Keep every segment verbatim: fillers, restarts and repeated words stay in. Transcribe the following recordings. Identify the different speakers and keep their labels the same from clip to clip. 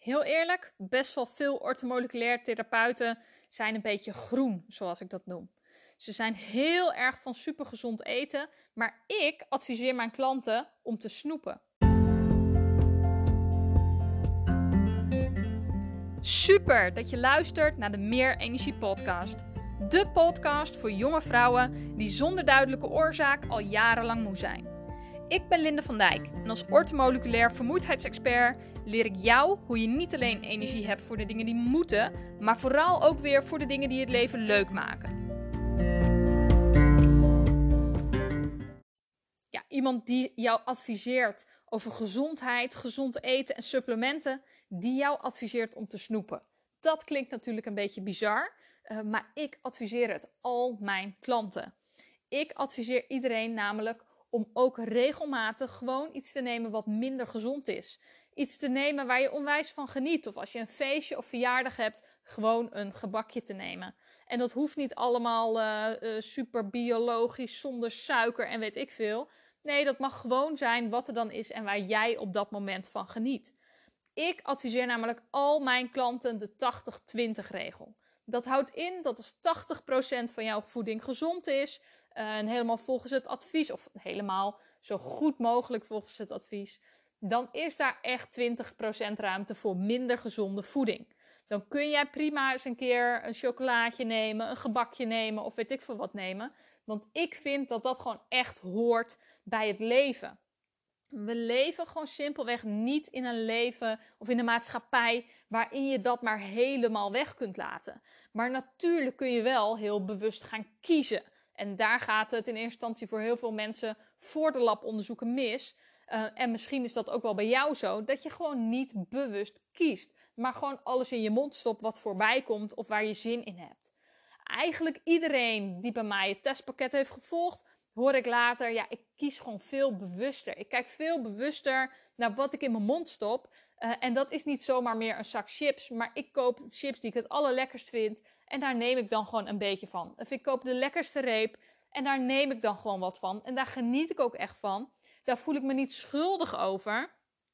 Speaker 1: Heel eerlijk, best wel veel orthomoleculair therapeuten zijn een beetje groen, zoals ik dat noem. Ze zijn heel erg van supergezond eten, maar ik adviseer mijn klanten om te snoepen. Super dat je luistert naar de Meer Energie podcast. De podcast voor jonge vrouwen die zonder duidelijke oorzaak al jarenlang moe zijn. Ik ben Linde van Dijk en als orthomoleculair vermoeidheidsexpert leer ik jou hoe je niet alleen energie hebt voor de dingen die moeten, maar vooral ook weer voor de dingen die het leven leuk maken. Ja, iemand die jou adviseert over gezondheid, gezond eten en supplementen, die jou adviseert om te snoepen. Dat klinkt natuurlijk een beetje bizar, uh, maar ik adviseer het al mijn klanten. Ik adviseer iedereen namelijk om ook regelmatig gewoon iets te nemen wat minder gezond is. Iets te nemen waar je onwijs van geniet. Of als je een feestje of verjaardag hebt, gewoon een gebakje te nemen. En dat hoeft niet allemaal uh, uh, super biologisch, zonder suiker en weet ik veel. Nee, dat mag gewoon zijn wat er dan is en waar jij op dat moment van geniet. Ik adviseer namelijk al mijn klanten de tachtig twintig regel. Dat houdt in dat als tachtig procent van jouw voeding gezond is, uh, en helemaal volgens het advies, of helemaal zo goed mogelijk volgens het advies, dan is daar echt twintig procent ruimte voor minder gezonde voeding. Dan kun jij prima eens een keer een chocolaatje nemen, een gebakje nemen of weet ik veel wat nemen. Want ik vind dat dat gewoon echt hoort bij het leven. We leven gewoon simpelweg niet in een leven of in een maatschappij waarin je dat maar helemaal weg kunt laten. Maar natuurlijk kun je wel heel bewust gaan kiezen. En daar gaat het in eerste instantie voor heel veel mensen voor de labonderzoeken mis. Uh, en misschien is dat ook wel bij jou zo, dat je gewoon niet bewust kiest. Maar gewoon alles in je mond stopt wat voorbij komt of waar je zin in hebt. Eigenlijk iedereen die bij mij het testpakket heeft gevolgd, hoor ik later, ja, ik kies gewoon veel bewuster. Ik kijk veel bewuster naar wat ik in mijn mond stop. Uh, en dat is niet zomaar meer een zak chips, maar ik koop chips die ik het allerlekkerst vind. En daar neem ik dan gewoon een beetje van. Of ik koop de lekkerste reep en daar neem ik dan gewoon wat van. En daar geniet ik ook echt van. Daar voel ik me niet schuldig over.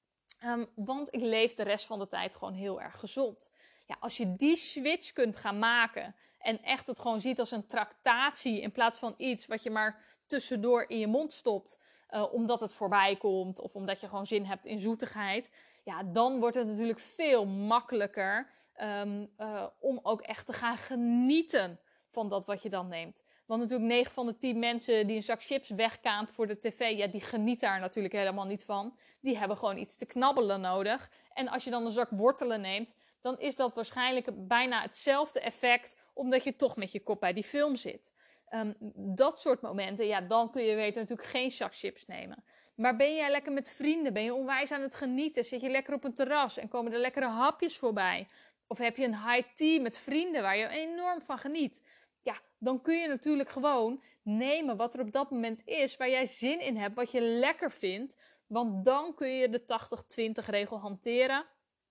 Speaker 1: Um, want ik leef de rest van de tijd gewoon heel erg gezond. Ja, als je die switch kunt gaan maken en echt het gewoon ziet als een tractatie in plaats van iets wat je maar tussendoor in je mond stopt, uh, omdat het voorbij komt of omdat je gewoon zin hebt in zoetigheid, ja, dan wordt het natuurlijk veel makkelijker um, uh, om ook echt te gaan genieten van dat wat je dan neemt. Want natuurlijk negen van de tien mensen die een zak chips wegkaamt voor de tv, ja, die genieten daar natuurlijk helemaal niet van. Die hebben gewoon iets te knabbelen nodig. En als je dan een zak wortelen neemt, dan is dat waarschijnlijk bijna hetzelfde effect, omdat je toch met je kop bij die film zit. Um, dat soort momenten, ja, dan kun je weten natuurlijk geen zak chips nemen. Maar ben jij lekker met vrienden, ben je onwijs aan het genieten, zit je lekker op een terras en komen er lekkere hapjes voorbij. Of heb je een high tea met vrienden waar je enorm van geniet. Ja, dan kun je natuurlijk gewoon nemen wat er op dat moment is, waar jij zin in hebt, wat je lekker vindt. Want dan kun je de tachtig twintig regel hanteren.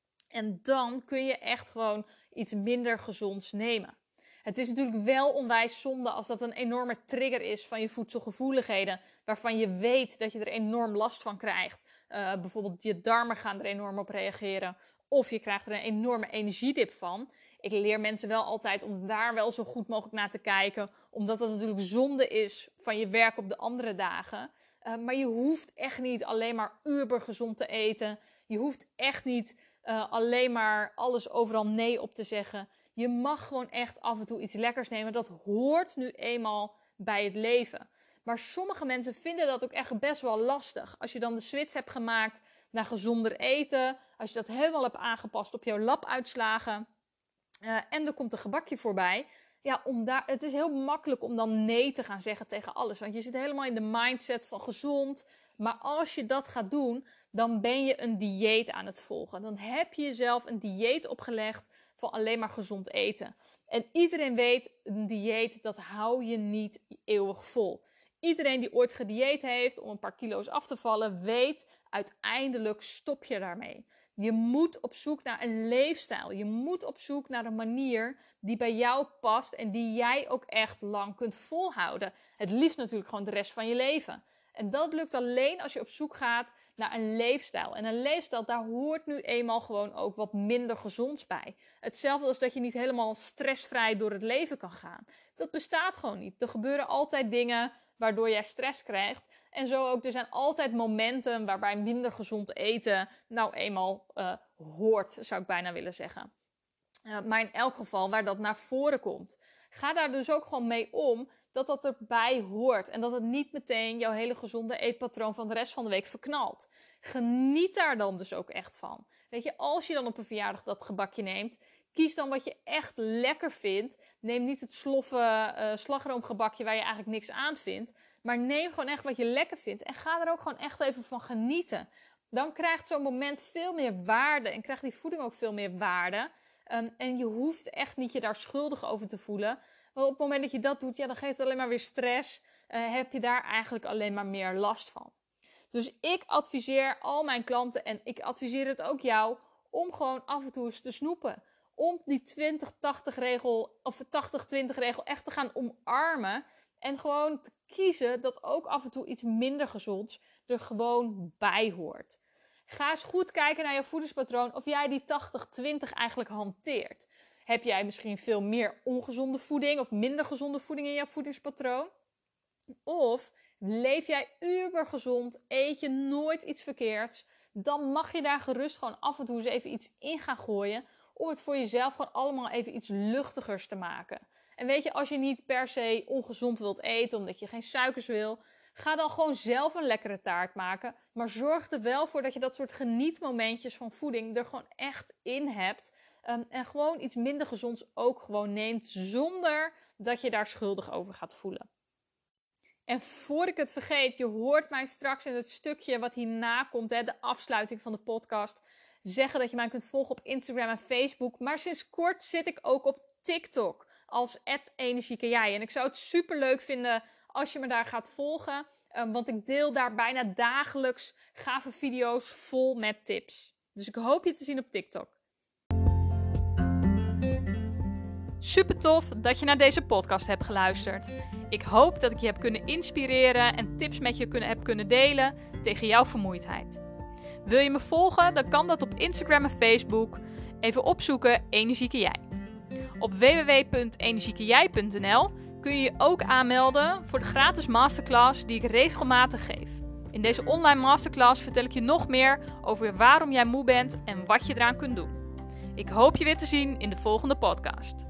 Speaker 1: En dan kun je echt gewoon iets minder gezonds nemen. Het is natuurlijk wel onwijs zonde als dat een enorme trigger is van je voedselgevoeligheden, waarvan je weet dat je er enorm last van krijgt. Uh, bijvoorbeeld je darmen gaan er enorm op reageren. Of je krijgt er een enorme energiedip van. Ik leer mensen wel altijd om daar wel zo goed mogelijk naar te kijken. Omdat het natuurlijk zonde is van je werk op de andere dagen. Uh, maar je hoeft echt niet alleen maar ubergezond te eten. Je hoeft echt niet uh, alleen maar alles overal nee op te zeggen. Je mag gewoon echt af en toe iets lekkers nemen. Dat hoort nu eenmaal bij het leven. Maar sommige mensen vinden dat ook echt best wel lastig. Als je dan de switch hebt gemaakt naar gezonder eten. Als je dat helemaal hebt aangepast op jouw labuitslagen. Uh, en er komt een gebakje voorbij. Ja, om daar, het is heel makkelijk om dan nee te gaan zeggen tegen alles. Want je zit helemaal in de mindset van gezond. Maar als je dat gaat doen, dan ben je een dieet aan het volgen. Dan heb je jezelf een dieet opgelegd van alleen maar gezond eten. En iedereen weet, een dieet, dat hou je niet eeuwig vol. Iedereen die ooit gedieet heeft om een paar kilo's af te vallen, weet, uiteindelijk stop je daarmee. Je moet op zoek naar een leefstijl. Je moet op zoek naar een manier die bij jou past en die jij ook echt lang kunt volhouden. Het liefst natuurlijk gewoon de rest van je leven. En dat lukt alleen als je op zoek gaat naar een leefstijl. En een leefstijl, daar hoort nu eenmaal gewoon ook wat minder gezonds bij. Hetzelfde als dat je niet helemaal stressvrij door het leven kan gaan. Dat bestaat gewoon niet. Er gebeuren altijd dingen waardoor jij stress krijgt. En zo ook, er zijn altijd momenten waarbij minder gezond eten nou eenmaal uh, hoort, zou ik bijna willen zeggen. Uh, maar in elk geval waar dat naar voren komt. Ga daar dus ook gewoon mee om dat dat erbij hoort. En dat het niet meteen jouw hele gezonde eetpatroon van de rest van de week verknalt. Geniet daar dan dus ook echt van. Weet je, als je dan op een verjaardag dat gebakje neemt, kies dan wat je echt lekker vindt. Neem niet het sloffe uh, slagroomgebakje waar je eigenlijk niks aan vindt. Maar neem gewoon echt wat je lekker vindt. En ga er ook gewoon echt even van genieten. Dan krijgt zo'n moment veel meer waarde. En krijgt die voeding ook veel meer waarde. Um, en je hoeft echt niet je daar schuldig over te voelen. Want op het moment dat je dat doet, ja, dan geeft het alleen maar weer stress. Uh, heb je daar eigenlijk alleen maar meer last van. Dus ik adviseer al mijn klanten, en ik adviseer het ook jou, om gewoon af en toe eens te snoepen. Om die twintig tachtig regel, of tachtig twintig regel echt te gaan omarmen. En gewoon te kiezen dat ook af en toe iets minder gezonds er gewoon bij hoort. Ga eens goed kijken naar je voedingspatroon of jij die tachtig twintig eigenlijk hanteert. Heb jij misschien veel meer ongezonde voeding of minder gezonde voeding in jouw voedingspatroon? Of leef jij ubergezond, eet je nooit iets verkeerds? Dan mag je daar gerust gewoon af en toe eens even iets in gaan gooien. Om het voor jezelf gewoon allemaal even iets luchtigers te maken. En weet je, als je niet per se ongezond wilt eten omdat je geen suikers wil, ga dan gewoon zelf een lekkere taart maken. Maar zorg er wel voor dat je dat soort genietmomentjes van voeding er gewoon echt in hebt. Um, en gewoon iets minder gezonds ook gewoon neemt zonder dat je daar schuldig over gaat voelen. En voor ik het vergeet, je hoort mij straks in het stukje wat hierna komt, hè, de afsluiting van de podcast, zeggen dat je mij kunt volgen op Instagram en Facebook. Maar sinds kort zit ik ook op TikTok als at energiekejij. En ik zou het super leuk vinden als je me daar gaat volgen. Um, want ik deel daar bijna dagelijks gave video's vol met tips. Dus ik hoop je te zien op TikTok. Super tof dat je naar deze podcast hebt geluisterd. Ik hoop dat ik je heb kunnen inspireren en tips met je kunnen, heb kunnen delen tegen jouw vermoeidheid. Wil je me volgen? Dan kan dat op Instagram en Facebook. Even opzoeken Energieke Jij. Op w w w punt energiekejij punt n l kun je je ook aanmelden voor de gratis masterclass die ik regelmatig geef. In deze online masterclass vertel ik je nog meer over waarom jij moe bent en wat je eraan kunt doen. Ik hoop je weer te zien in de volgende podcast.